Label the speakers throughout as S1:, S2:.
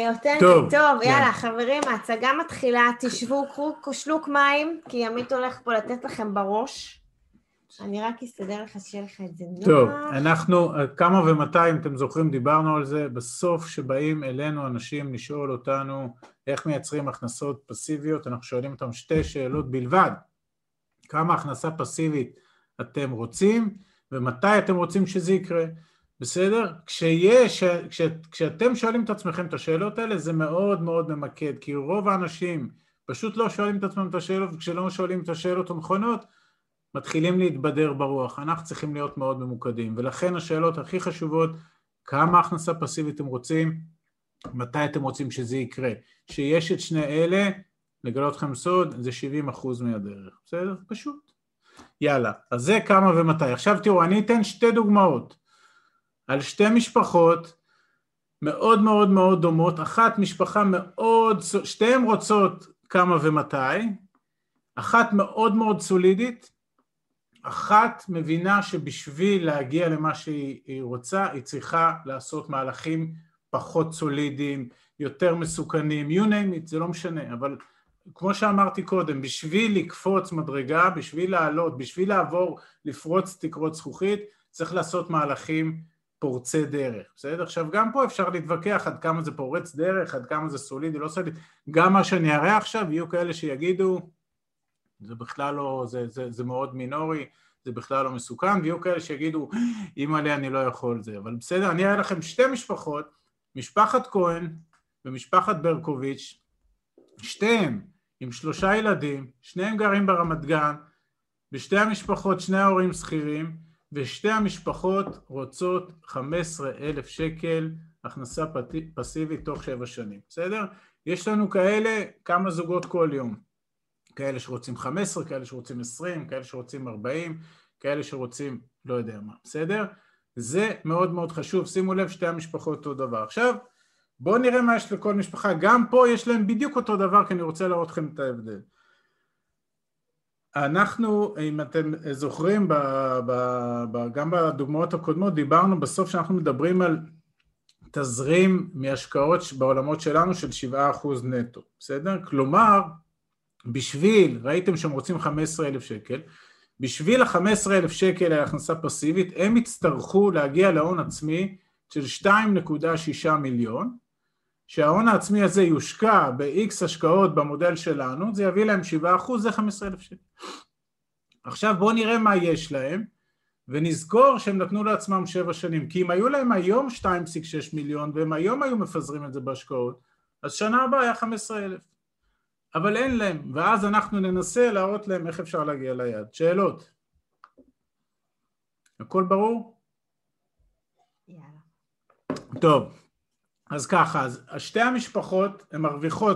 S1: אותנטי. טוב, יאללה, חברים, ההצגה מתחילה, תשבו, קחו שלוק מים, כי עמית הולך פה לתת לכם בראש. אני רק אסתדר לך שיהיה לך את זה נוח.
S2: טוב, אנחנו כמה ומתי, אם אתם זוכרים, דיברנו על זה, בסוף שבאים אלינו אנשים לשאול אותנו איך מייצרים הכנסות פסיביות, אנחנו שואלים אותם שתי שאלות בלבד. כמה הכנסה פסיבית אתם רוצים, ומתי אתם רוצים שזה יקרה. בסדר? כשאתם שואלים את עצמכם את השאלות האלה, זה מאוד מאוד ממקד, כי רוב האנשים פשוט לא שואלים את עצמם את השאלות, וכשלא שואלים את השאלות הנכונות, מתחילים להתבדר ברוח. אנחנו צריכים להיות מאוד ממוקדים, ולכן השאלות הכי חשובות, כמה הכנסה פסיבית אתם רוצים, מתי אתם רוצים שזה יקרה. שיש את שני אלה, לגלות לכם סוד, זה 70% מהדרך. בסדר? פשוט. יאללה, אז זה כמה ומתי. עכשיו תראו, אני אתן שתי דוגמאות, על שתי משפחות מאוד מאוד מאוד דומות, אחת משפחה מאוד, שתיהן רוצות כמה ומתי, אחת מאוד מאוד סולידית, אחת מבינה שבשביל להגיע למה שהיא רוצה, היא צריכה לעשות מהלכים פחות סולידיים, יותר מסוכנים, you name it, זה לא משנה, אבל כמו שאמרתי קודם, בשביל לקפוץ מדרגה, בשביל לעלות, בשביל לעבור, לפרוץ תקרות זכוכית, צריך לעשות מהלכים פורצי דרך, בסדר? עכשיו גם פה אפשר להתווכח עד כמה זה פורץ דרך, עד כמה זה סולידי, לא סולידי, גם מה שאני אראה עכשיו, יהיו כאלה שיגידו, זה בכלל לא, זה מאוד מינורי, זה בכלל לא מסוכן, ויהיו כאלה שיגידו, אם עליה אני לא יכול זה, אבל בסדר, אני אראה לכם שתי משפחות, משפחת כהן ומשפחת ברקוביץ', שתיהם עם 3 ילדים, שניהם גרים ברמת גן, בשתי המשפחות שני ההורים שכירים, ושתי המשפחות רוצות 15,000 שקל הכנסה פסיבית תוך 7 שנים, בסדר? יש לנו כאלה כמה זוגות כל יום, כאלה שרוצים 15, כאלה שרוצים 20, כאלה שרוצים 40, כאלה שרוצים לא יודע מה, בסדר? זה מאוד מאוד חשוב, שימו לב שתי המשפחות אותו דבר. עכשיו בואו נראה מה יש לכל משפחה, גם פה יש להם בדיוק אותו דבר, כי אני רוצה להראות לכם את ההבדל. אנחנו, אם אתם זוכרים, גם בדוגמאות הקודמות, דיברנו בסוף שאנחנו מדברים על תזרים מהשקעות בעולמות שלנו של 7% נטו, בסדר? כלומר, בשביל, ראיתם שהם רוצים 15,000 שקל, בשביל ה-15,000 שקל להכנסה פסיבית, הם יצטרכו להגיע להון עצמי של 2.6 מיליון, שההון העצמי הזה יושקע ב-X השקעות במודל שלנו, זה יביא להם 7%, זה 15,000 שקל. עכשיו בואו נראה מה יש להם, ונזכור שהם נתנו לעצמם 7 שנים, כי אם היו להם היום 2.6 מיליון, והם היום היו מפזרים את זה בהשקעות, אז שנה הבאה היה 15,000. אבל אין להם, ואז אנחנו ננסה להראות להם איך אפשר להגיע ליד. שאלות? הכל ברור?
S1: יאללה.
S2: טוב. אז ככה, אז שתי המשפחות הן מרוויחות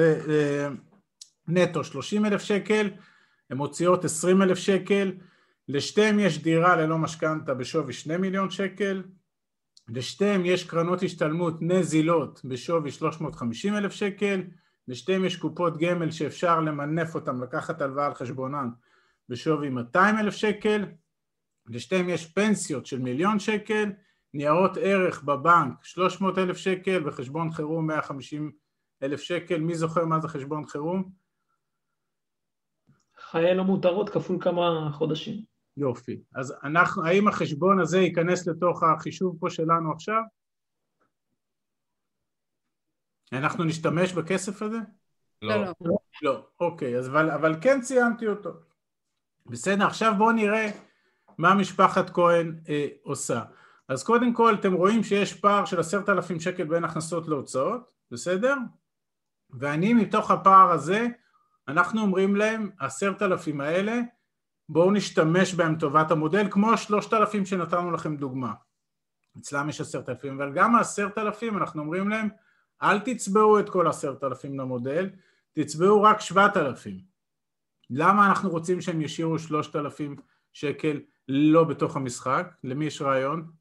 S2: בנטו 30,000 שקל, הן מוציאות 20,000 שקל, לשתיהם יש דירה ללא משכנתה בשווי 2 מיליון שקל, לשתיהם יש קרנות השתלמות נזילות בשווי 350,000 שקל, לשתיהם יש קופות גמל שאפשר למנף אותם, לקחת הלוואה על חשבונן בשווי 200,000 שקל, לשתיהם יש פנסיות של 1,000,000 שקל, ניירות ערך בבנק 300,000 שקל וחשבון חירום 150,000 שקל. מי זוכר מה זה חשבון חירום?
S3: חיי לא מותרות כפול כמה חודשים.
S2: יופי. אז האם החשבון הזה ייכנס לתוך החישוב פה שלנו עכשיו? אנחנו נשתמש בכסף הזה?
S4: לא.
S2: לא. אוקיי, אז אבל כן ציינתי אותו. בסדר, עכשיו בואו נראה מה משפחת כהן עושה. אז קודם כל אתם רואים שיש פער של 10,000 שקל בין הכנסות להוצאות, בסדר? ואני מתוך הפער הזה, אנחנו אומרים להם, 10,000 האלה, בואו נשתמש בהם טובת המודל, כמו 3,000 שנתנו לכם דוגמה. אצלם יש 10,000, אבל גם 10,000 אנחנו אומרים להם, אל תצבעו את כל 10,000 למודל, תצבעו רק 7,000. למה אנחנו רוצים שהם ישירו 3,000 שקל לא בתוך המשחק? למי יש רעיון?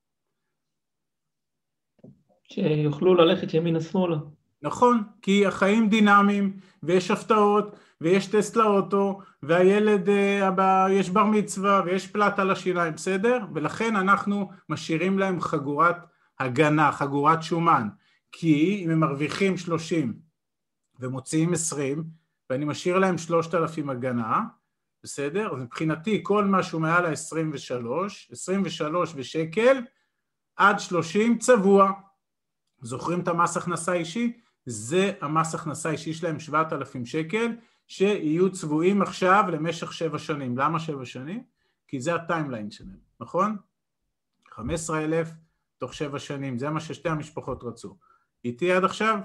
S3: שיוכלו ללכת ימינה שמאלה.
S2: נכון, כי החיים דינמיים, ויש הפתעות, ויש טסט לאוטו, והילד הבא, יש בר מצווה, ויש פלט על השיניים, בסדר? ולכן אנחנו משאירים להם חגורת הגנה, חגורת שומן. כי אם הם מרוויחים 30 ומוציאים 20, ואני משאיר להם 3,000 הגנה, בסדר? אז מבחינתי כל משהו מעל ה-23, 23 ושקל, עד 30 צבוע. זוכרים את המס הכנסה אישי? זה המס הכנסה אישי שלהם, 7,000 שקל, שיהיו צבועים עכשיו למשך 7 שנים. למה 7 שנים? כי זה הטיימליין שלהם, נכון? 15,000 תוך 7 שנים, זה מה ששתי המשפחות רצו. איתי עד עכשיו?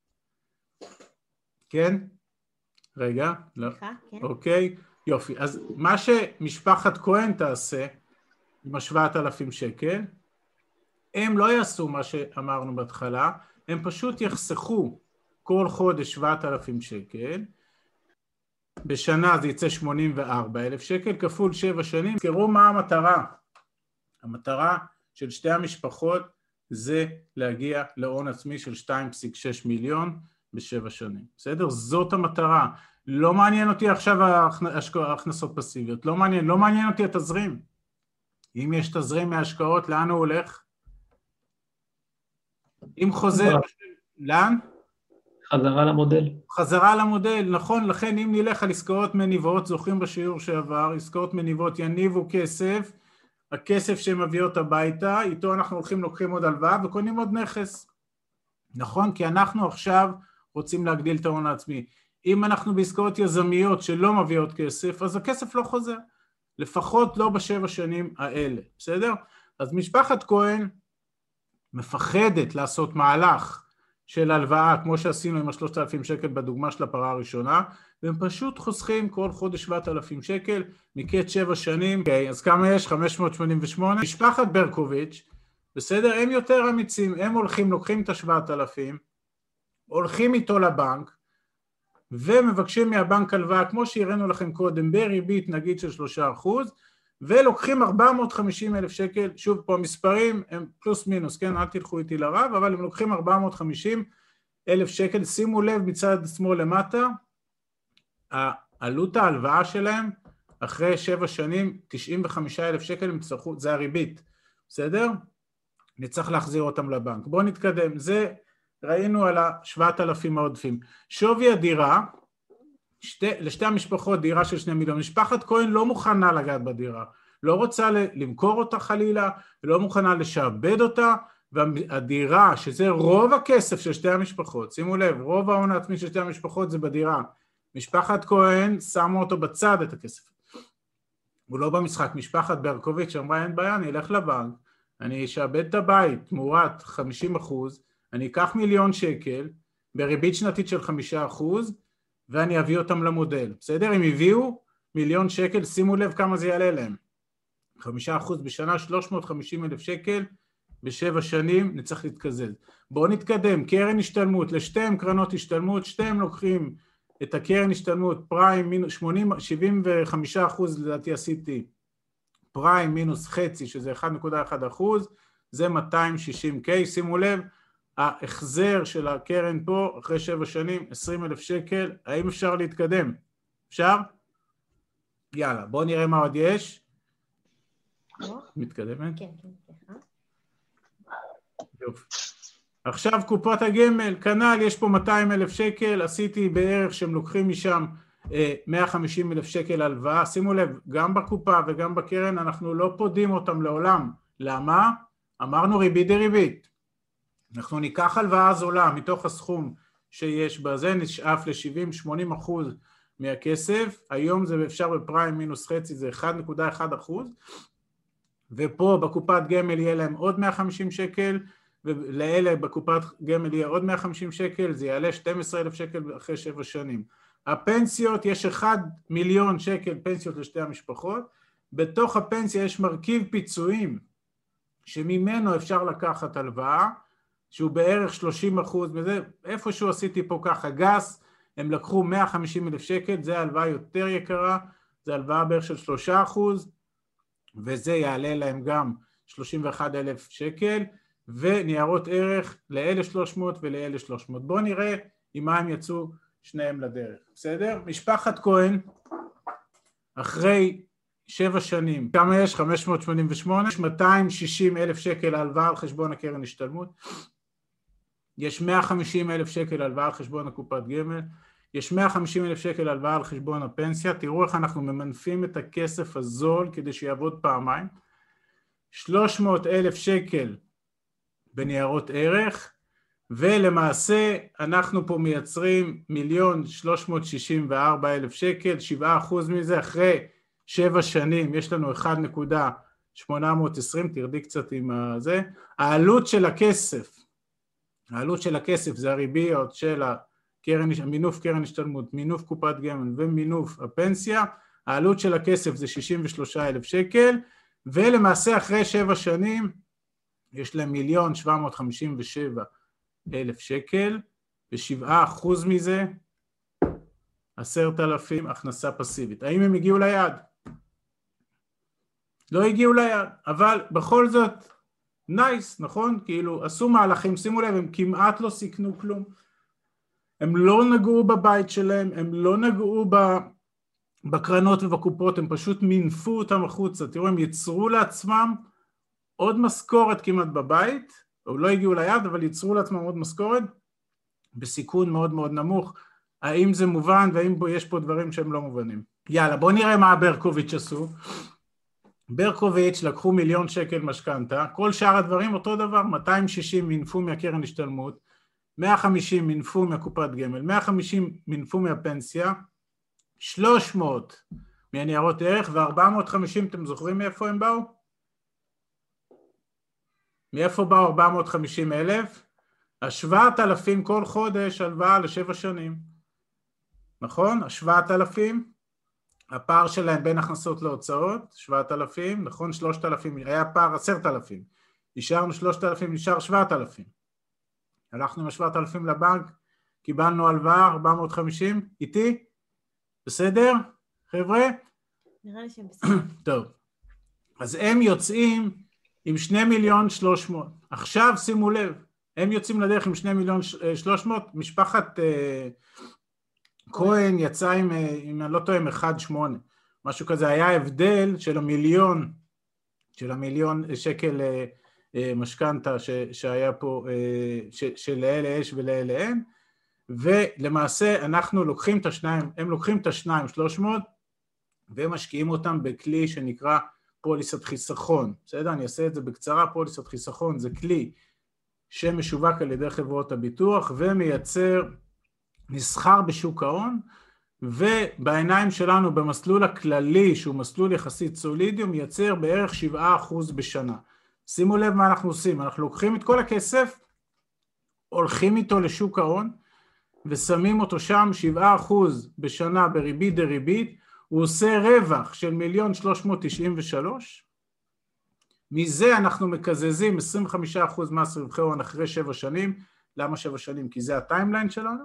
S2: כן? רגע, לא. אוקיי, יופי. אז מה שמשפחת כהן תעשה עם ה-7,000 שקל, הם לא יעשו מה שאמרנו בהתחלה, הם פשוט יחסכו כל חודש 7,000 שקל, בשנה זה יצא 84,000 שקל, כפול 7 שנים. תראו מה המטרה. המטרה של שתי המשפחות זה להגיע להון עצמי של 2.6 מיליון ב7 שנים. בסדר? זאת המטרה. לא מעניין אותי עכשיו ההכנסות פסיביות, לא מעניין אותי התזרים. אם יש תזרים מההשקעות, לאן הוא הולך? אם חוזר, לאן?
S3: חזרה למודל.
S2: חזרה למודל, נכון, לכן אם נלך על עסקאות מניבות, זוכרים בשיעור שעבר, עסקאות מניבות יניבו כסף, הכסף שהם מביאות הביתה, איתו אנחנו לוקחים עוד הלוואה וקונים עוד נכס. נכון? כי אנחנו עכשיו רוצים להגדיל את ההון העצמי. אם אנחנו בעסקאות יזמיות שלא מביאות כסף, אז הכסף לא חוזר. לפחות לא ב7 שנים האלה, בסדר? אז משפחת כהן מפחדת לעשות מהלך של הלוואה, כמו שעשינו עם ה3,000 שקל בדוגמה של הפרה הראשונה, והם פשוט חוסכים כל חודש 7,000 שקל, מקץ 7 שנים. אוקיי, אז כמה יש? 588. משפחת ברקוביץ', בסדר? הם יותר אמיצים, הם לוקחים את ה7,000, הולכים איתו לבנק, ומבקשים מהבנק הלוואה, כמו שהראינו לכם קודם, בריבית נגיד של 3%, ולוקחים 450,000 שקל, שוב פה המספרים הם פלוס מינוס, כן, אל תלכו איתי לרב, אבל הם לוקחים 450,000 שקל, שימו לב מצד שמאל למטה, עלות ההלוואה שלהם, אחרי 7 שנים, 95,000 שקל, זה הריבית, בסדר? נצטרך להחזיר אותם לבנק. בואו נתקדם, זה ראינו על ה7,000 העודפים. שווי הדירה, לשתי המשפחות דירה של 2 מיליון, משפחת כהן לא מוכנה לגעת בדירה, לא רוצה למכור אותה חלילה, ולא מוכנה לשעבד אותה, והדירה, שזה רוב הכסף של שתי המשפחות, שימו לב, רוב ההון העצמי של שתי המשפחות זה בדירה, משפחת כהן שמה אותו בצד את הכסף, הוא לא במשחק. משפחת ברקוביץ' אמרה אין בעיה, אני אלך לבנק, אני אשעבד את הבית תמורת 50%, אני אקח 1,000,000 שקל, בריבית שנתית של 5%, ואני אביא אותם למודל, בסדר? הם הביאו 1,000,000 שקל, שימו לב כמה זה יעלה להם, 5% בשנה, 350,000 שקל, ב7 שנים נצטרך להתקזז. בואו נתקדם, קרן השתלמות, לשתיהם קרנות השתלמות, שתיהם לוקחים את הקרן השתלמות, פריים מינוס 75% לדעתי עשיתי, פריים מינוס חצי, שזה 1.1%, זה 260K, שימו לב, ההחזר של הקרן פה, אחרי 7 שנים, 20,000 שקל, האם אפשר להתקדם? אפשר? יאללה, בואו נראה מה עוד יש. מתקדמת?
S1: כן, כן.
S2: יופי. עכשיו קופות הגמל, כנ"ל, יש פה 200,000 שקל, עשיתי בערך שהם לוקחים משם 150,000 שקל הלוואה, שימו לב, גם בקופה וגם בקרן אנחנו לא פודים אותם לעולם. למה? אמרנו ריבית דריבית. אנחנו ניקח הלוואה זולה מתוך הסכום שיש בזה, נשאף ל-70-80% מהכסף, היום זה אפשר בפריים מינוס חצי, זה 1.1%, ופה בקופת גמל יהיה להם עוד 150 שקל, ולאלה בקופת גמל יהיה עוד 150 שקל, זה יעלה 12,000 שקל אחרי 7 שנים. הפנסיות, יש 1,000,000 שקל פנסיות לשתי המשפחות, בתוך הפנסיה יש מרכיב פיצויים, שממנו אפשר לקחת הלוואה, שהוא בערך 30%, וזה איפשהו עשיתי פה ככה גס, הם לקחו 150,000 שקל, זה הלוואה יותר יקרה, זה הלוואה בערך של 3%, וזה יעלה להם גם 31,000 שקל, וניירות ערך לאלה 300 ולאלה 300. בואו נראה עם מה הם יצאו שניהם לדרך, בסדר? משפחת כהן, אחרי 7 שנים, כמה יש? 588, 260,000 שקל הלוואה על חשבון הקרן השתלמות, יש 150,000 שקל הלוואה על חשבון הקופת גמל, יש 150,000 שקל הלוואה על חשבון הפנסיה, תראו איך אנחנו ממנפים את הכסף הזול כדי שיעבוד פעמיים, 300,000 שקל בניירות ערך, ולמעשה אנחנו פה מייצרים 1,364,000 שקל, 7% מזה אחרי 7 שנים יש לנו 1.820, תרדי קצת עם זה, העלות של הכסף זה הריביות של מינוף קרן השתלמות, מינוף קופת גמל ומינוף הפנסיה, העלות של הכסף זה 63,000 שקל, ולמעשה אחרי 7 שנים יש להם 1,757,000 שקל, ו7% מזה 10,000 הכנסה פסיבית. האם הם הגיעו ליעד? לא הגיעו ליעד, אבל בכל זאת נייס, נכון? כאילו עשו מהלכים, שימו לב, הם כמעט לא סיכנו כלום, הם לא נגעו בבית שלהם, הם לא נגעו בקרנות ובקופות, הם פשוט מינפו אותם החוצה, תראו, הם יצרו לעצמם עוד משכורת כמעט בבית, או לא הגיעו ליעד, אבל יצרו לעצמם עוד משכורת, בסיכון מאוד מאוד נמוך. האם זה מובן, והאם יש פה דברים שהם לא מובנים? יאללה, בואו נראה מה ברקוביץ' עשו. ברקוביץ' לקחו 1,000,000 שקל משכנתה, כל שאר הדברים אותו דבר, 260 מינפו מהקרן השתלמות, 150 מינפו מהקופת גמל, 150 מינפו מהפנסיה, 300 מהניירות ערך, ו450, אתם זוכרים מאיפה הם באו? מאיפה באו 450,000? 7,000 כל חודש הלוואה ל7 שנים, נכון? 7,000, הפער שלהם בין הכנסות להוצאות, 7,000, נכון? 3,000, היה פער 10,000, נשארנו 3,000, נשאר 7,000, הלכנו עם 7,000 לבנק, קיבלנו הלוואה 450, איתי? בסדר? חבר'ה?
S1: נראה לי שהם בסדר.
S2: טוב, אז הם יוצאים עם 2,300,000, עכשיו שימו לב, הם יוצאים לדרך עם 2,300,000, משפחת כהן יצא עם, אם אני לא טועה, 1.8, משהו כזה, היה הבדל של 1,000,000 שקל משכנתה שהיה פה, שלאלה יש ולאלה אין, ולמעשה אנחנו לוקחים את השניים, הם לוקחים את ה2,300 ומשקיעים אותם בכלי שנקרא פוליסת חיסכון, בסדר? אני אעשה את זה בקצרה. פוליסת חיסכון זה כלי שמשווק על ידי חברות הביטוח ומייצר נסחר בשוק ההון, ובעיניים שלנו במסלול הכללי שהוא מסלול יחסית סולידי הוא מייצר בערך 7% בשנה. שימו לב מה אנחנו עושים, אנחנו לוקחים את כל הכסף, הולכים איתו לשוק ההון ושמים אותו שם 7% בשנה בריבית דריבית, הוא עושה רווח של 1,393,000, מזה אנחנו מקזזים 25% מס רווחי הון אחרי 7 שנים, למה 7 שנים? כי זה הטיימליין שלנו,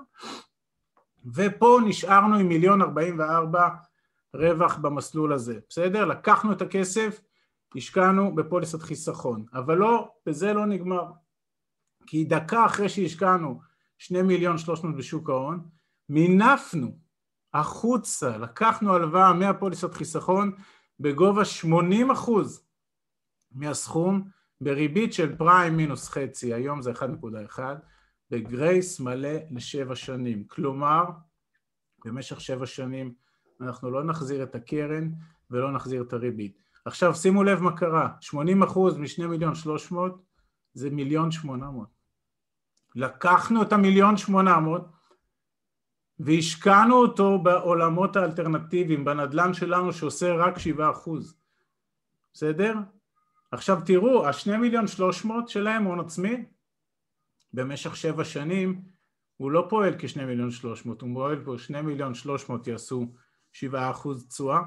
S2: ופה נשארנו עם 1,044,000 רווח במסלול הזה, בסדר? לקחנו את הכסף, השקענו בפוליסת חיסכון, אבל לא, בזה לא נגמר, כי דקה אחרי שהשקענו 2,300,000 בשוק ההון, מינפנו החוצה, לקחנו הלוואה מהפוליסת חיסכון בגובה 80% מהסכום, בריבית של פריים מינוס חצי, היום זה 1.1, בגרייס מלא ל7 שנים, כלומר, במשך 7 שנים אנחנו לא נחזיר את הקרן ולא נחזיר את הריבית. עכשיו שימו לב מה קרה, 80% מ2,300,000 זה 1,800,000. לקחנו את 1,800,000 והשקענו אותו בעולמות האלטרנטיביים, בנדלן שלנו שעושה רק 7%. בסדר? עכשיו תראו, ה2,300,000 שלהם הון עצמי, במשך 7 שנים, הוא לא פועל כ2,300,000, הוא פועל פה 2,300,000 יעשו 7% תשואה,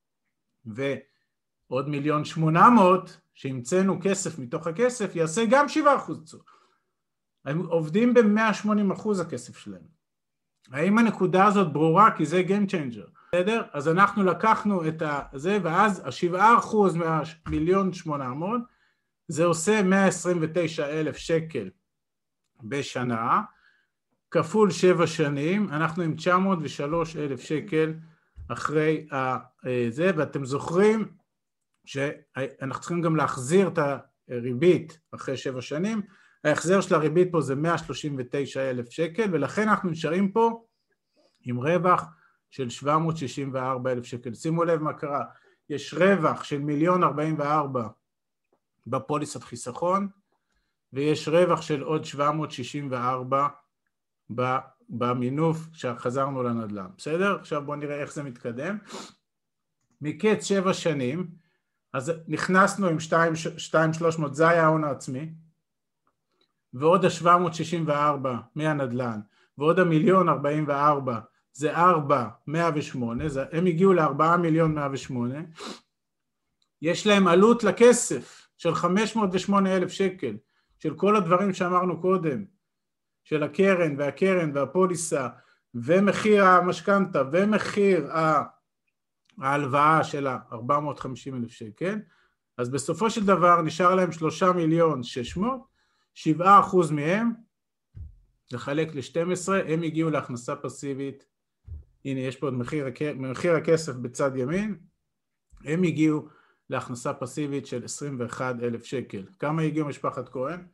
S2: ועוד 1,800,000 שהמצאנו כסף מתוך הכסף, יעשה גם 7% תשואה. הם עובדים ב180% הכסף שלהם. האם הנקודה הזאת ברורה? כי זה game changer. בסדר? אז אנחנו לקחנו את זה, ואז 7% מה1,800,000, זה עושה 129,000 שקל בשנה, כפול 7 שנים, אנחנו עם 903,000 שקל אחרי זה, ואתם זוכרים שאנחנו צריכים גם להחזיר את הריבית אחרי 7 שנים, ההחזר של הריבית פה זה 139,000 שקל, ולכן אנחנו נשארים פה עם רווח של 764,000 שקל. שימו לב מה קרה, יש רווח של 1,044,000 בפוליסת חיסכון, ויש רווח של עוד 764 במינוף שחזרנו לנדל"ן. בסדר? עכשיו בואו נראה איך זה מתקדם. מקץ 7 שנים, אז נכנסנו עם 2,300, זה היה ההון העצמי, ועוד ה-764 מהנדל"ן, ועוד ה-1,044,000 זה 4,108, הם הגיעו ל-4,108,000, יש להם עלות לכסף של 508,000 שקל, של כל הדברים שאמרנו קודם, של הקרן והפוליסה, ומחיר המשכנתא, ומחיר ההלוואה של 450,000 שקל, אז בסופו של דבר נשאר להם 3,600,000, 7% מהם, לחלק ל-12, הם הגיעו להכנסה פסיבית, הנה יש פה עוד מחיר הכסף בצד ימין, הם הגיעו להכנסה פסיבית של 21,000 שקל. כמה הגיעו משפחת כהן?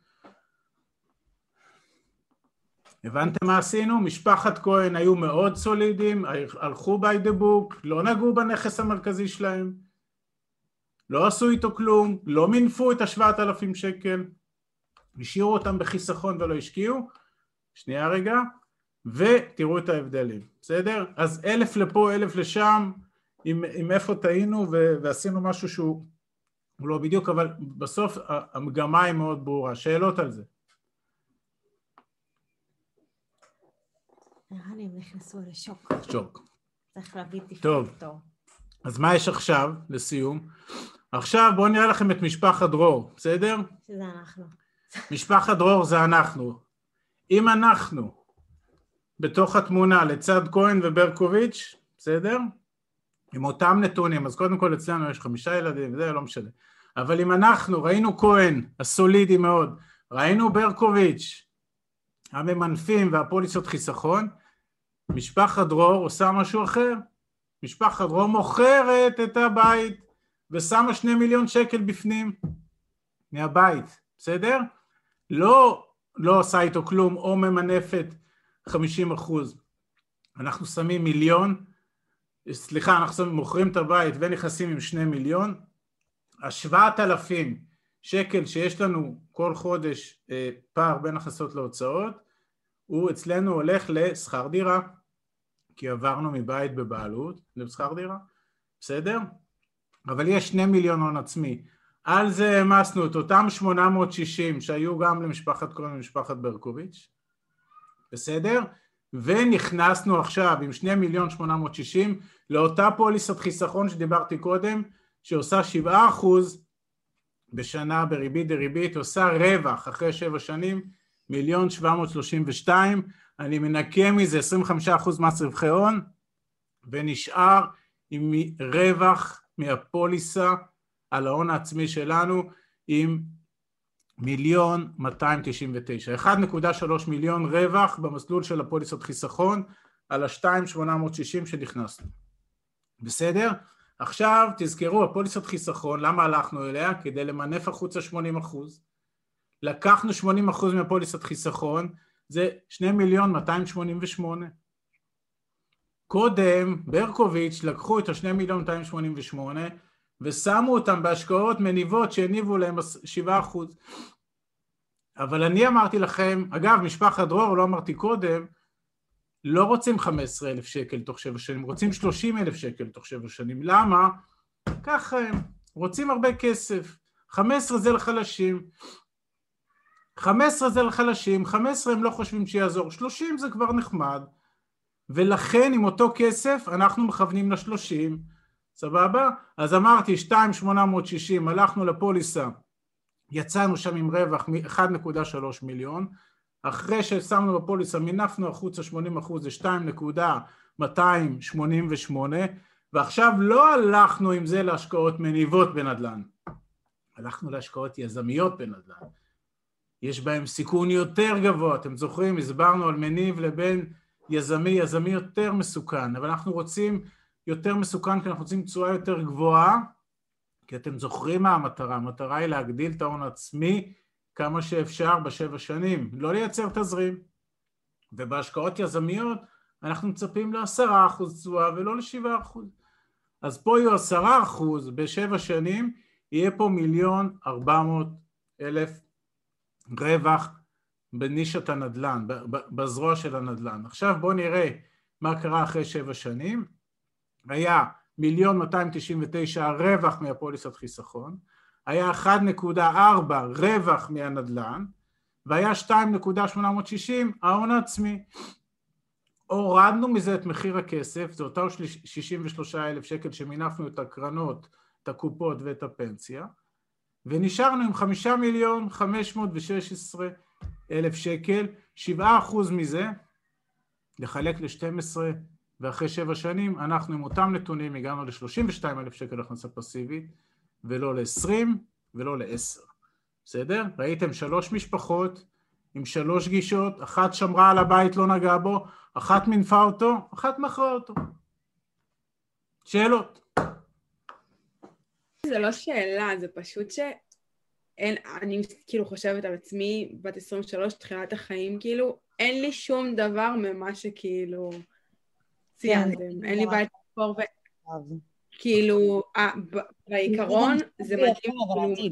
S2: הבנתם מה עשינו? משפחת כהן היו מאוד סולידיים, הלכו by the book, לא נגעו בנכס המרכזי שלהם, לא עשו איתו כלום, לא מינפו את ה-7,000 שקל, השאירו אותם בחיסכון ולא השקיעו, שנייה רגע, ותראו את ההבדלים, בסדר? אז 1,000 לפה, 1,000 לשם, עם איפה טעינו ועשינו משהו שהוא לא בדיוק, אבל בסוף המגמה היא מאוד ברורה. שאלות על זה?
S1: נראה לי הם נכנסו לשוק.
S2: שוק.
S1: צריך להביא
S2: טוב,
S1: דיפקטור.
S2: אז מה יש עכשיו לסיום? עכשיו בואו נראה לכם את משפחת דרור, בסדר?
S1: שזה אנחנו.
S2: משפחת דרור זה אנחנו. אם אנחנו בתוך התמונה לצד כהן וברקוביץ', בסדר? עם אותם נתונים, אז קודם כל אצלנו יש 5 ילדים, זה לא משנה. אבל אם אנחנו ראינו כהן, הסולידי מאוד, ראינו ברקוביץ', הממנפים והפוליסות חיסכון, משפחת דרור עושה משהו אחר. משפחת דרור מוכרת את הבית ושמה 2 מיליון שקל בפנים מהבית, בסדר? לא עושה איתו כלום או ממנפת 50%. אנחנו שמים אנחנו מוכרים את הבית ונכנסים עם 2 מיליון. ה-7,000 שקל שיש לנו כל חודש פער בין הכנסות להוצאות, הוא אצלנו הולך לשכר דירה, כי עברנו מבית בבעלות לשכר דירה, בסדר? אבל יש 2 מיליון הון עצמי. על זה המסנו את אותם 860 שהיו גם למשפחת כהן ומשפחת ברקוביץ', בסדר? ונכנסנו עכשיו עם 2,860,000 לאותה פוליסת חיסכון שדיברתי קודם, שעושה 7% בשנה בריבית דריבית, עושה רווח אחרי 7 שנים, 1,732,000, אני מנקה מזה 25% מס רווחי הון, ונשאר עם רווח מהפוליסה על ההון העצמי שלנו עם 1,299,000, 1.3 מיליון רווח במסלול של הפוליסות חיסכון על ה-2,860 שנכנסנו. בסדר? עכשיו תזכרו, הפוליסות חיסכון, למה הלכנו אליה? כדי למנף החוצה 80%. לקחנו 80% מהפוליסת חיסכון, זה 2,288,000. קודם ברקוביץ' לקחו את ה-2,288,000 ושמו אותם בהשקעות מניבות שהניבו להם 7%. אבל אני אמרתי לכם, אגב משפחת דרור, לא אמרתי קודם, לא רוצים 15,000 שקל תוך 7 שנים, רוצים 30,000 שקל תוך 7 שנים. למה? ככה הם רוצים הרבה כסף. 15 זה לחלשים. 15 הם לא חושבים שיעזור. 30 זה כבר נחמד. ולכן עם אותו כסף אנחנו מכוונים ל-30. סבבה? אז אמרתי 2,860, הלכנו לפוליסה, יצאנו שם עם רווח 1.3 מיליון, אחרי ששמנו בפוליסה מינפנו החוצה 80%, זה 2,288, ועכשיו לא הלכנו עם זה להשקעות מניבות בנדל"ן, הלכנו להשקעות יזמיות בנדל"ן, יש בהם סיכון יותר גבוה, אתם זוכרים, הסברנו על מניב לבין יזמי יותר מסוכן, אבל אנחנו רוצים יותר מסוכן כי אנחנו רוצים תשואה יותר גבוהה, כי אתם זוכרים מה המטרה, המטרה היא להגדיל את ההון העצמי כמה שאפשר ב7 שנים, לא לייצר תזרים. ובהשקעות יזמיות אנחנו מצפים ל10% תשואה ולא ל7%. אז פה יהיו 10% ב7 שנים, יהיה פה 1,400,000 רווח בנישת הנדל"ן, בזרוע של הנדל"ן. עכשיו בואו נראה מה קרה אחרי 7 שנים. היה 1,299,000 רווח מהפוליסת חיסכון, היה 1.4 רווח מהנדל"ן, והיה 2.860 ההון העצמי. הורדנו מזה את מחיר הכסף, זה אותם 63,000 שקל שמינפנו את הקרנות, את הקופות ואת הפנסיה, ונשארנו עם 5,516,000 שקל, 7% מזה לחלק ל-12, ואחרי 7 שנים אנחנו עם אותם נתונים הגענו ל-32,000 שקל הכנסה פסיבית, ולא ל-20 ולא ל-10. בסדר? ראיתם 3 משפחות עם 3 גישות, אחת שמרה על הבית לא נגעה בו, אחת מנפה אותו, אחת מכרה אותו. שאלות?
S4: זה לא שאלה, זה פשוט אני כאילו חושבת על עצמי, בת 23, תחילת החיים, כאילו, אין לי שום דבר ממה שכאילו ציינתם. אין לי בית לספור כאילו, בעיקרון זה מדהים.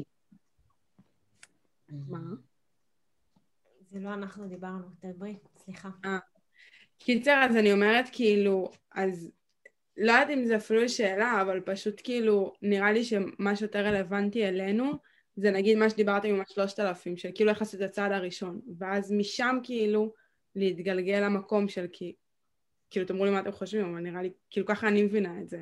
S4: מה?
S1: זה לא אנחנו דיברנו, תדברי, סליחה.
S4: קיצר, אז אני אומרת כאילו, אז לא יודעת אם זה אפילו שאלה, אבל פשוט כאילו, נראה לי שמה שיותר רלוונטי אלינו, זה נגיד מה שדיברתם עם 3,000, של כאילו איך לעשות את הצעד הראשון, ואז משם כאילו להתגלגל למקום של כאילו תאמרו לי מה אתם חושבים, אבל נראה לי, כאילו ככה אני מבינה את זה.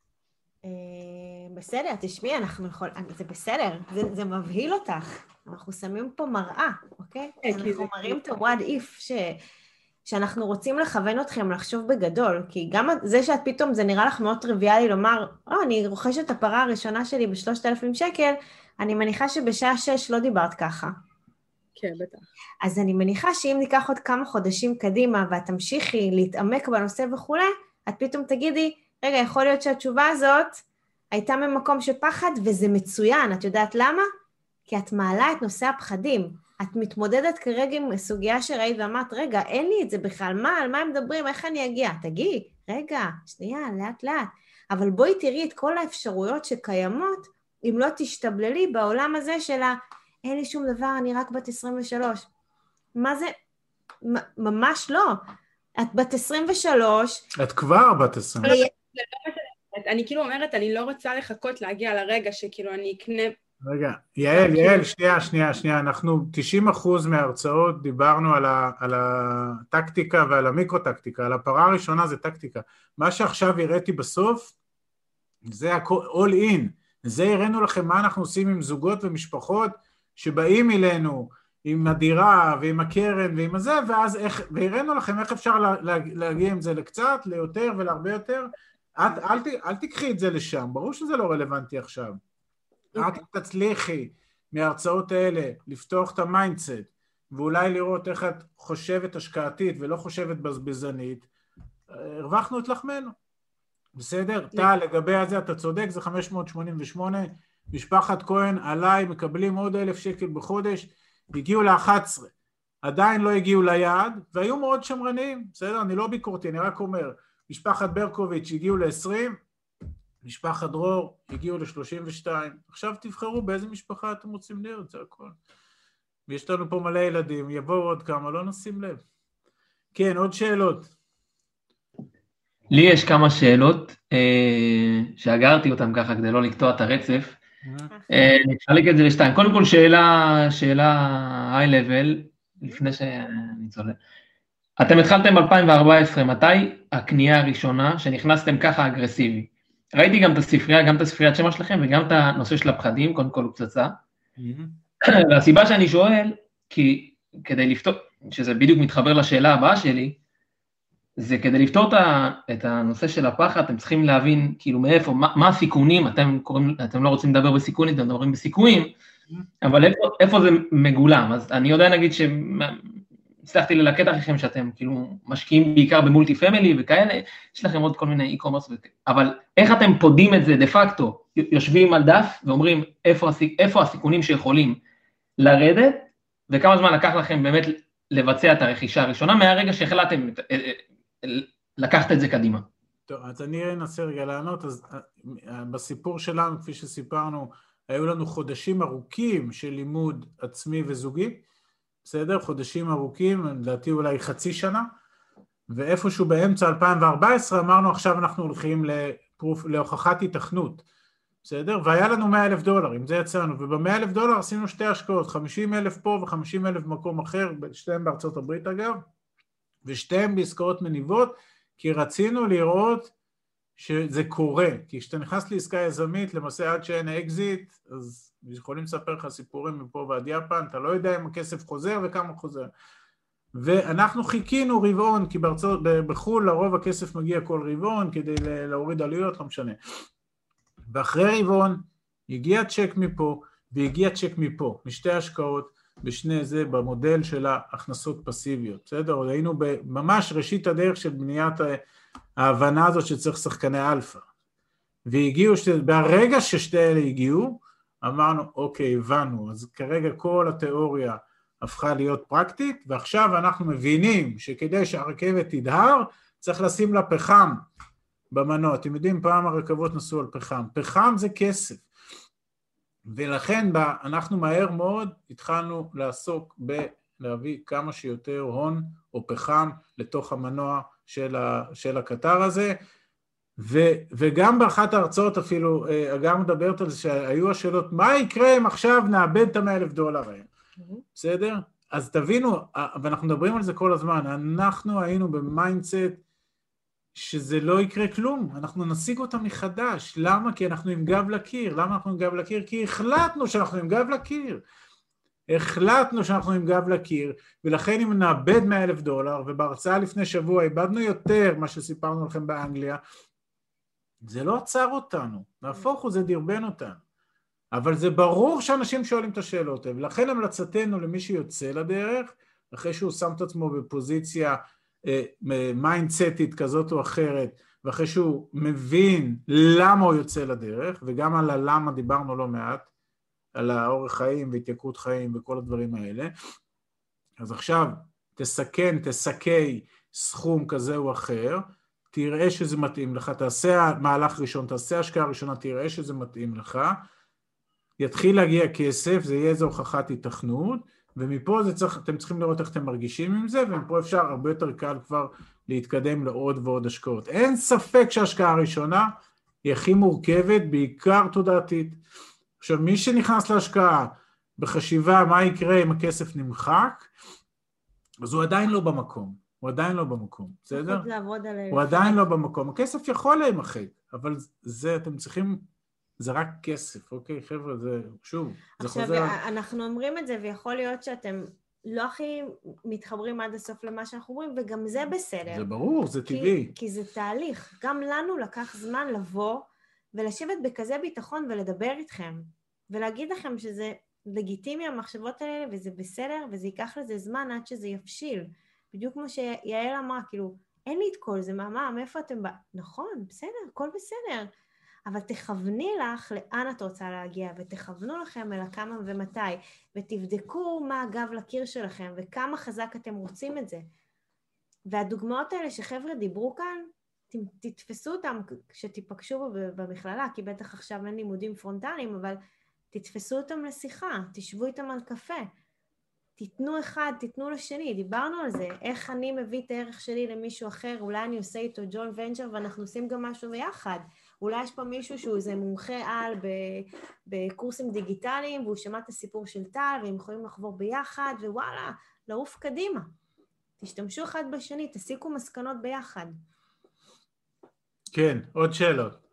S1: בסדר, תשמעי, זה בסדר, זה מבהיל אותך, אנחנו שמים פה מראה, אוקיי? אנחנו מראים את ה-what if שאנחנו רוצים לכוון אתכם לחשוב בגדול, כי גם זה שאת פתאום, זה נראה לך מאוד טריוויאלי לומר, אני רוכשת את הפרה הראשונה שלי ב3,000 שקל, אני מניחה שבשעה 6 לא דיברת ככה.
S4: כן, בטח.
S1: אז אני מניחה שאם ניקח עוד כמה חודשים קדימה, ואת תמשיכי להתעמק בנושא וכו', את פתאום תגידי, רגע, יכול להיות שהתשובה הזאת הייתה ממקום שפחד, וזה מצוין, את יודעת למה? כי את מעלה את נושא הפחדים, את מתמודדת כרגע עם סוגיה שראית ואמרת, רגע, אין לי את זה בכלל, על מה הם מדברים, איך אני אגיע? תגיעי, רגע, שנייה, לאט לאט, אבל בואי תראי את כל האפשרויות שקיימות, אם לא תשתבללי בעולם הזה שלה, אין לי שום דבר, אני רק בת 23. מה זה? ממש לא. את בת 23.
S2: את כבר בת 23.
S4: אני כאילו אומרת, אני לא רוצה לחכות להגיע לרגע שכאילו אני אקנה...
S2: רגע, יעל, שנייה, אנחנו 90% מההרצאות דיברנו על הטקטיקה ועל המיקרו-טקטיקה, על הפרה הראשונה זה טקטיקה. מה שעכשיו הראיתי בסוף, זה all in, זה הראינו לכם מה אנחנו עושים עם זוגות ומשפחות שבאים אלינו עם הדירה ועם הקרן ועם הזה, והראינו לכם איך אפשר להגיע עם זה לקצת, ליותר ולהרבה יותר. אל תקחי את זה לשם, ברור שזה לא רלוונטי עכשיו. את תצליחי מההרצאות האלה לפתוח את המיינדסט, ואולי לראות איך את חושבת השקעתית ולא חושבת בזבזנית, הרווחנו את לחמנו. בסדר? טל, לגבי הזה אתה צודק, זה 588, משפחת כהן עליי מקבלים עוד 1,000 שקל בחודש, הגיעו ל-11, עדיין לא הגיעו ליעד, והיו מאוד שמרניים, בסדר? אני לא ביקורתי, אני רק אומר, משפחת ברקוביץ' הגיעו ל-20, משפחת דרור הגיעו ל-32, עכשיו תבחרו באיזה משפחה אתם רוצים להיות, זה הכל. ויש לנו פה מלא ילדים, יבואו עוד כמה, לא נשים לב. כן, עוד שאלות.
S3: לי יש כמה שאלות שאגרתי אותם ככה כדי לא לקטוע את הרצף. נתחלק את זה לשתיים. קודם כל שאלה high level, לפני שאני צודק. אתם התחלתם ב-2014, מתי הקנייה הראשונה שנכנסתם ככה אגרסיבי? ראיתי גם את הספרייה, גם את הספריית שמה שלכם וגם את הנושא של הפחדים, קודם כל הוא פצצה. והסיבה שאני שואל, כי כדי לפתור, שזה בדיוק מתחבר לשאלה הבאה שלי, זה כדי לפתור את הנושא של הפחד, אתם צריכים להבין כאילו מאיפה, מה הסיכונים, אתם לא רוצים לדבר בסיכונים, אתם מדברים בסיכויים, אבל איפה זה מגולם? אז אני יודע נגיד הצלחתי ללקט אחריכם שאתם כאילו משקיעים בעיקר במולטי פמילי וכאלה, יש לכם עוד כל מיני e-commerce, אבל איך אתם פודים את זה דה פקטו, יושבים על דף ואומרים איפה הסיכונים שיכולים לרדת, וכמה זמן לקח לכם באמת לבצע את הרכישה הראשונה, מהרגע שהחלטתם לקחת את זה קדימה.
S2: טוב, אז אני אנסה רגע לענות. אז בסיפור שלנו, כפי שסיפרנו, היו לנו חודשים ארוכים של לימוד עצמי וזוגי, בסדר? חודשים ארוכים, לדעתי אולי חצי שנה, ואיפשהו באמצע 2014 אמרנו עכשיו אנחנו הולכים להוכחת התכנות, בסדר? והיה לנו $100,000, אם זה יצא לנו, וב$100,000 עשינו שתי השקעות, 50,000 פה ו50,000 במקום אחר, שתיהם בארצות הברית אגב, ושתיהם בעסקאות מניבות, כי רצינו לראות שזה קורה, כי כשאתה נכנס לעסקה יזמית, למעשה עד שאין אקזיט, אז יכולים לספר לך סיפורים מפה ועד יפן, אתה לא יודע אם הכסף חוזר וכמה חוזר. ואנחנו חיכינו רבעון, כי בחול לרוב הכסף מגיע כל רבעון, כדי להוריד עלויות, לא משנה. ואחרי רבעון, הגיע צ'ק מפה, והגיע צ'ק מפה, משתי השקעות, בשני זה במודל של ההכנסות פסיביות, בסדר? היינו ממש ראשית הדרך של בניית ההבנה הזאת שצריך שחקני אלפא, והגיעו, ברגע ששתי אלה הגיעו, אמרנו, אוקיי, הבנו, אז כרגע כל התיאוריה הפכה להיות פרקטית, ועכשיו אנחנו מבינים שכדי שהרכבת תדהר, צריך לשים לה פחם במנוע. אתם יודעים, פעם הרכבות נסעו על פחם. פחם זה כסף. ולכן אנחנו מהר מאוד התחלנו לעסוק בלהביא כמה שיותר הון או פחם לתוך המנוע של הקטר הזה, וגם באחת ההרצאות אפילו, אגב מדברת על זה שהיו השאלות, מה יקרה אם עכשיו נאבד את $100,000 האלה? בסדר? אז תבינו, ואנחנו מדברים על זה כל הזמן, אנחנו היינו במיינדסט שזה לא יקרה כלום, אנחנו נשיג אותם מחדש. למה? כי אנחנו עם גב לקיר. למה אנחנו עם גב לקיר? כי החלטנו שאנחנו עם גב לקיר. החלטנו שאנחנו עם גב לקיר, ולכן אם נאבד $100,000, ובהרצאה לפני שבוע איבדנו יותר מה שסיפרנו לכם באנגליה, זה לא עצר אותנו, נהפוך הוא, זה דרבן אותנו. אבל זה ברור שאנשים שואלים את השאלות, ולכן המלצתנו למי שיוצא לדרך, אחרי שהוא שם את עצמו בפוזיציה מיינדסטית כזאת או אחרת, ואחרי שהוא מבין למה הוא יוצא לדרך, וגם על הלמה דיברנו לא מעט, על האורח חיים והתייקרות חיים וכל הדברים האלה, אז עכשיו תסקי סכום כזה או אחר, תראה שזה מתאים לך, תעשה מהלך ראשון, תעשה השקעה ראשונה, תראה שזה מתאים לך, יתחיל להגיע כסף, זה יהיה איזו הוכחת התכנות, ומפה אתם צריכים לראות איך אתם מרגישים עם זה, ומפה אפשר הרבה יותר קל כבר להתקדם לעוד ועוד השקעות. אין ספק שההשקעה הראשונה היא הכי מורכבת, בעיקר תודעתית. עכשיו, מי שנכנס להשקעה בחשיבה מה יקרה אם הכסף נמחק, אז הוא עדיין לא במקום. הוא עדיין לא במקום, בסדר? הוא עדיין לא במקום. הכסף יכול להימחק, אבל זה אתם צריכים, זה רק כסף, אוקיי, חבר'ה, זה שוב, זה חוזר.
S1: עכשיו, אנחנו אומרים את זה, ויכול להיות שאתם לא הכי מתחברים עד הסוף למה שאנחנו אומרים, וגם זה בסדר.
S2: זה ברור, זה טבעי.
S1: כי זה תהליך. גם לנו לקח זמן לבוא ולשבת בכזה ביטחון ולדבר איתכם, ולהגיד לכם שזה לגיטימי המחשבות האלה, וזה בסדר, וזה ייקח לזה זמן עד שזה יפשיל. בדיוק כמו שיעל אמרה, כאילו, אין לי את כל זה, מאיפה אתם נכון, בסדר, הכל בסדר. אבל תכווני לך לאן את רוצה להגיע, ותכוונו לכם אל הכמה ומתי, ותבדקו מה הגב לקיר שלכם, וכמה חזק אתם רוצים את זה. והדוגמאות האלה שחבר'ה דיברו כאן, תתפסו אותם כשתיפגשו במכללה, כי בטח עכשיו אין לימודים פרונטליים, אבל תתפסו אותם לשיחה, תשבו איתם על קפה, תיתנו אחד, תיתנו לשני, דיברנו על זה, איך אני מביא את הערך שלי למישהו אחר, אולי אני עושה איתו ג'ון ונצ'ר ואנחנו עושים גם משהו ביחד, אולי יש פה מישהו שהוא איזה מומחה על בקורסים דיגיטליים, והוא שמע את הסיפור של טל, והם יכולים לחבור ביחד, ווואלה, לעוף קדימה. תשתמשו אחד בשני, תסיקו מסקנות ביחד.
S2: כן, עוד שאלות.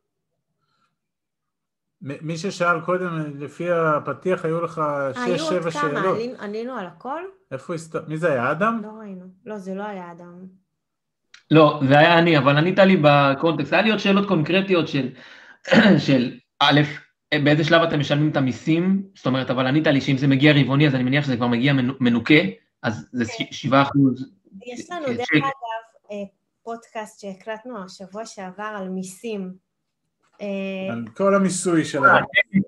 S2: מי ששאל קודם, לפי הפתיח, היו לך 6-7 שאלות. היו עוד כמה,
S1: עלינו על הכל?
S2: מי זה היה, אדם?
S1: לא ראינו. לא, זה לא היה אדם.
S3: לא, זה היה אני, אבל ענית לי בקונטקסט. היה לי עוד שאלות קונקרטיות של א', באיזה שלב אתם משלמים את המיסים, זאת אומרת, אבל ענית לי שאם זה מגיע רבעוני, אז אני מניח שזה כבר מגיע מנוקה, אז זה 7%.
S1: יש לנו דרך אגב פודקאסט שהקלטנו השבוע שעבר על מיסים.
S2: על כל המיסוי שלנו.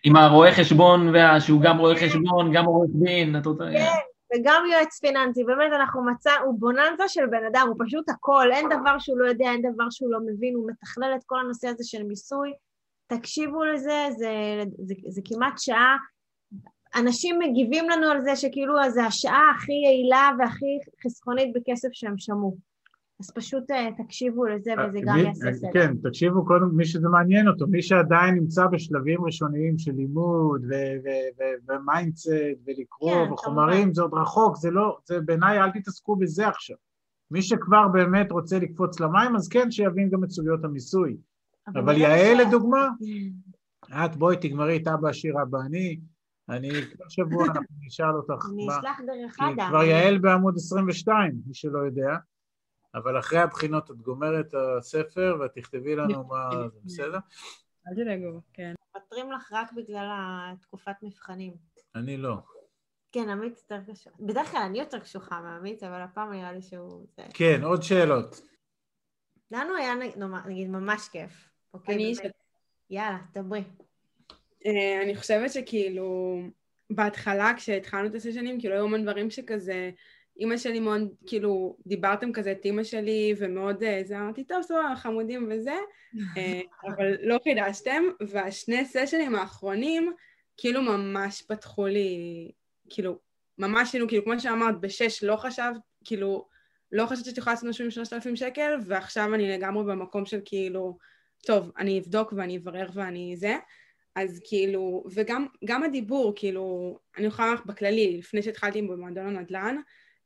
S3: עם הרואה חשבון, שהוא גם רואה חשבון, גם עורך דין,
S1: כן, וגם יועץ פיננסי, באמת אנחנו הוא בוננזה של בן אדם, הוא פשוט הכל, אין דבר שהוא לא יודע, אין דבר שהוא לא מבין, הוא מתכלל את כל הנושא הזה של מיסוי, תקשיבו לזה, זה כמעט שעה, אנשים מגיבים לנו על זה שכאילו זה השעה הכי יעילה והכי חסכונית בכסף שהם שמעו. אז פשוט תקשיבו לזה וזה גם יעשה סדר.
S2: כן, תקשיבו קודם מי שזה מעניין אותו, מי שעדיין נמצא בשלבים ראשוניים של לימוד ומיינדסט ולקרוא וחומרים, זה עוד רחוק, זה לא, זה בעיניי אל תתעסקו בזה עכשיו. מי שכבר באמת רוצה לקפוץ למים, אז כן שיבין גם את סוגיות המיסוי. אבל יעל לדוגמה, את בואי תגמרי את אבא עשיר אבא אני כל שבוע אנחנו נשאל אותך.
S1: אני אשלח דרך אדם.
S2: כבר יעל בעמוד 22, מי שלא יודע. אבל אחרי הבחינות את גומרת את הספר ואת תכתבי לנו מה זה, בסדר?
S4: אל תדאגו, כן.
S1: מפטרים לך רק בגלל התקופת מבחנים.
S2: אני לא.
S1: כן, עמית יותר קשוח. בדרך כלל אני יותר קשוחה מעמית, אבל הפעם נראה לי שהוא...
S2: כן, עוד שאלות.
S1: לנו היה נגיד ממש כיף.
S4: אני...
S1: יאללה, דברי.
S4: אני חושבת שכאילו, בהתחלה כשהתחלנו את הסשנים, כאילו היו המון דברים שכזה... אמא שלי מאוד, כאילו, דיברתם כזה את אמא שלי, ומאוד, זה אמרתי, טוב, סבבה, חמודים וזה, אבל לא חידשתם, והשני סשנים האחרונים, כאילו ממש פתחו לי, כאילו, ממש, כאילו, כמו שאמרת, ב6 לא חשבת, כאילו, לא חשבת שאת יכולה לעשות משהו עם 3,000 שקל, ועכשיו אני לגמרי במקום של כאילו, טוב, אני אבדוק ואני אברר ואני זה, אז כאילו, וגם הדיבור, כאילו, אני יכולה לך בכללי, לפני שהתחלתי במועדון הנדל"ן,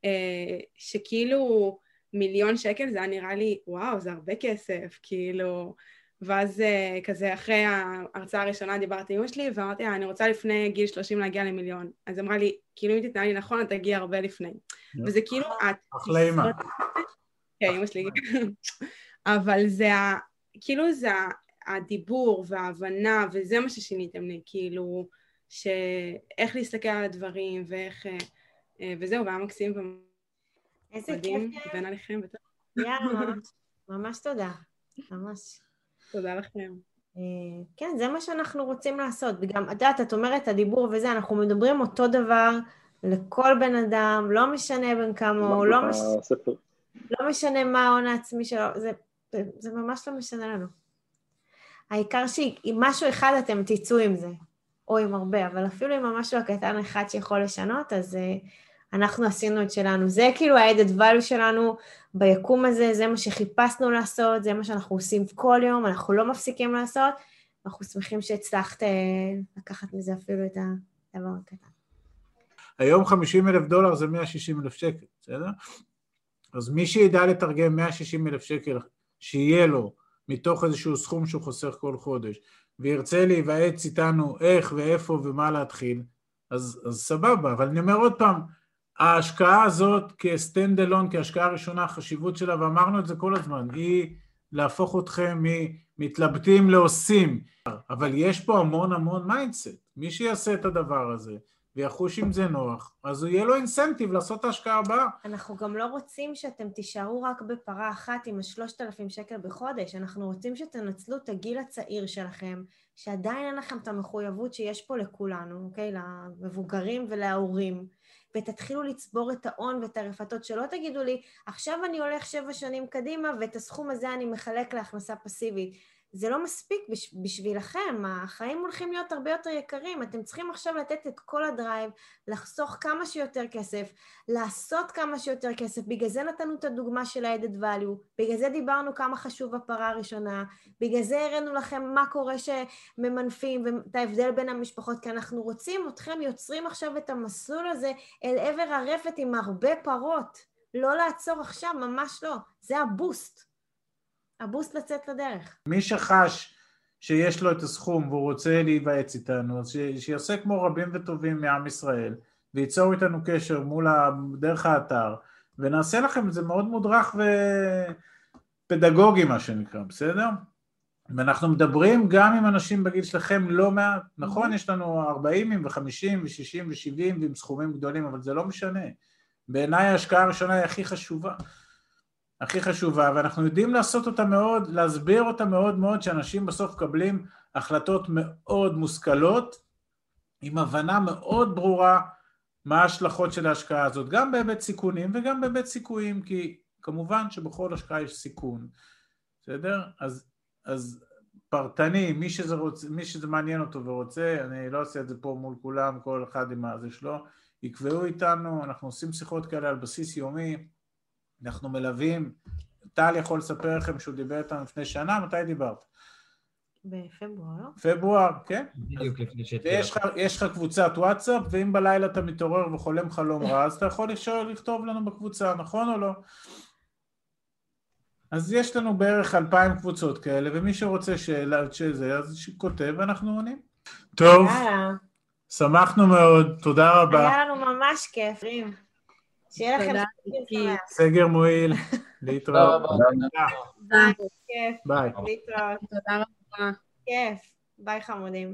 S4: שכאילו 1,000,000 שקל זה היה נראה לי, וואו, זה הרבה כסף, כאילו, ואז כזה אחרי ההרצאה הראשונה דיברתי עם אמא שלי, ואמרתי, אני רוצה לפני גיל 30 להגיע ל1,000,000, אז אמרה לי, כאילו אם תתנהלי נכון, את תגיע הרבה לפני, וזה כאילו,
S2: אחלה אמא.
S4: כן, אמא שלי, אבל זה, כאילו זה הדיבור וההבנה, וזה מה ששיניתם לי, כאילו, שאיך להסתכל על הדברים, ואיך... וזהו, והיה מקסים ומדהים, בין עליכם.
S1: יאללה, ממש תודה, ממש.
S4: תודה לכם.
S1: כן, זה מה שאנחנו רוצים לעשות, וגם, את אומרת, הדיבור וזה, אנחנו מדברים אותו דבר לכל בן אדם, לא משנה בין כמה הוא, לא משנה מה ההון העצמי שלו, זה ממש לא משנה לנו. העיקר שעם משהו אחד אתם תצאו עם זה, או עם הרבה, אבל אפילו עם משהו הקטן אחד שיכול לשנות, אז אנחנו עשינו את שלנו. זה כאילו ה-added value שלנו ביקום הזה, זה מה שחיפשנו לעשות, זה מה שאנחנו עושים כל יום, אנחנו לא מפסיקים לעשות, אנחנו שמחים שהצלחת לקחת מזה אפילו את הדבר הקטן.
S2: היום $50,000 זה 160,000 שקל, בסדר? אז מי שידע לתרגם 160,000 שקל שיהיה לו, מתוך איזשהו סכום שהוא חוסך כל חודש, וירצה להיוועץ איתנו איך ואיפה ומה להתחיל, אז סבבה, אבל אני אומר עוד פעם, ההשקעה הזאת כסטנד אלון, כהשקעה ראשונה, החשיבות שלה, ואמרנו את זה כל הזמן, היא להפוך אתכם מתלבטים לעושים, אבל יש פה המון מיינדסט, מי שיעשה את הדבר הזה, ויחוש עם זה נוח, אז יהיה לו אינסנטיב לעשות את ההשקעה הבאה.
S1: אנחנו גם לא רוצים שאתם תישארו רק בפרה אחת עם 3,000 שקל בחודש, אנחנו רוצים שתנצלו את הגיל הצעיר שלכם, שעדיין אין לכם את המחויבות שיש פה לכולנו, אוקיי? למבוגרים ולהורים, ותתחילו לצבור את ההון ואת הרפתות, שלא תגידו לי, עכשיו אני הולך 7 שנים קדימה, ואת הסכום הזה אני מחלק להכנסה פסיבית. זה לא מספיק בשבילכם, החיים הולכים להיות הרבה יותר יקרים, אתם צריכים עכשיו לתת את כל הדרייב, לחסוך כמה שיותר כסף, לעשות כמה שיותר כסף, בגלל זה נתנו את הדוגמה של ה-added value, בגלל זה דיברנו כמה חשוב הפרה הראשונה, בגלל זה הראינו לכם מה קורה שממנפים, ואת ההבדל בין המשפחות, כי אנחנו רוצים אתכם יוצרים עכשיו את המסלול הזה, אל עבר הרפת עם הרבה פרות, לא לעצור עכשיו, ממש לא, זה הבוסט. הבוסט לצאת לדרך.
S2: מי שחש שיש לו את הסכום והוא רוצה להיוועץ איתנו, אז שיעשה כמו רבים וטובים מעם ישראל, וייצור איתנו קשר דרך האתר, ונעשה לכם את זה מאוד מודרך ופדגוגי מה שנקרא, בסדר? ואנחנו מדברים גם עם אנשים בגיל שלכם לא מעט, נכון? יש לנו 40 ו-50 ו-60 ו-70 ועם סכומים גדולים, אבל זה לא משנה. בעיניי ההשקעה הראשונה היא הכי חשובה, ואנחנו יודעים לעשות אותה מאוד, להסביר אותה מאוד מאוד, שאנשים בסוף קבלים החלטות מאוד מושכלות, עם הבנה מאוד ברורה מה ההשלכות של ההשקעה הזאת, גם בהיבט סיכונים וגם בהיבט סיכויים, כי כמובן שבכל השקעה יש סיכון, בסדר? אז פרטני, מי שזה מעניין אותו ורוצה, אני לא עושה את זה פה מול כולם, כל אחד עם הזה שלו, יקבעו איתנו, אנחנו עושים שיחות כאלה על בסיס יומי, אנחנו מלווים, טל יכול לספר לכם שהוא דיבר איתנו לפני שנה, מתי דיברת?
S1: בפברואר, לא?
S2: פברואר, כן?
S3: בדיוק לפני שהתחילה.
S2: ויש לך קבוצת וואטסאפ, ואם בלילה אתה מתעורר וחולם חלום רע, אז אתה יכול לכתוב לנו בקבוצה, נכון או לא? אז יש לנו בערך 2,000 קבוצות כאלה, ומי שרוצה שאלה שזה, אז כותב ואנחנו עונים. טוב, שמחנו מאוד, תודה רבה.
S1: היה לנו ממש כיף. שיהיה לכם שמח.
S2: סגר מועיל, להתראות.
S1: ביי, כיף.
S2: ביי.
S1: להתראות.
S4: תודה רבה.
S1: כיף. ביי חמודים.